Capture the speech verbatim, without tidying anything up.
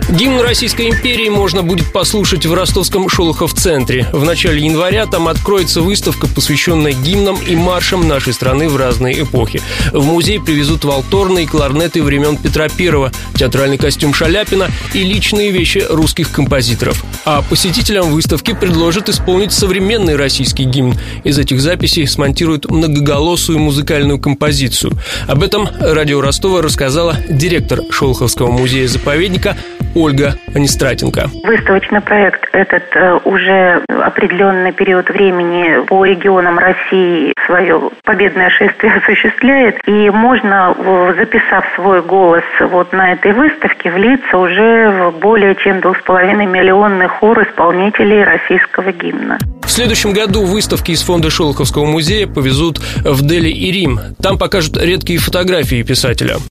Гимн Российской империи можно будет послушать в ростовском Шолохов-центре. В начале января там откроется выставка, посвященная гимнам и маршам нашей страны в разные эпохи. В музей привезут валторны и кларнеты времен Петра Первого, театральный костюм Шаляпина и личные вещи русских композиторов. А посетителям выставки предложат исполнить современный российский гимн. Из этих записей смонтируют многоголосую музыкальную композицию. Об этом радио Ростова рассказала директор Шолоховского музея-заповедника Ольга Анистратенко. Выставочный проект этот уже определенный период времени по регионам России свое победное шествие осуществляет, и можно, записав свой голос вот на этой выставке, влиться уже в более чем двух с половиной миллионный хор исполнителей российского гимна. В следующем году выставки из фонда Шолоховского музея повезут в Дели и Рим. Там покажут редкие фотографии писателя.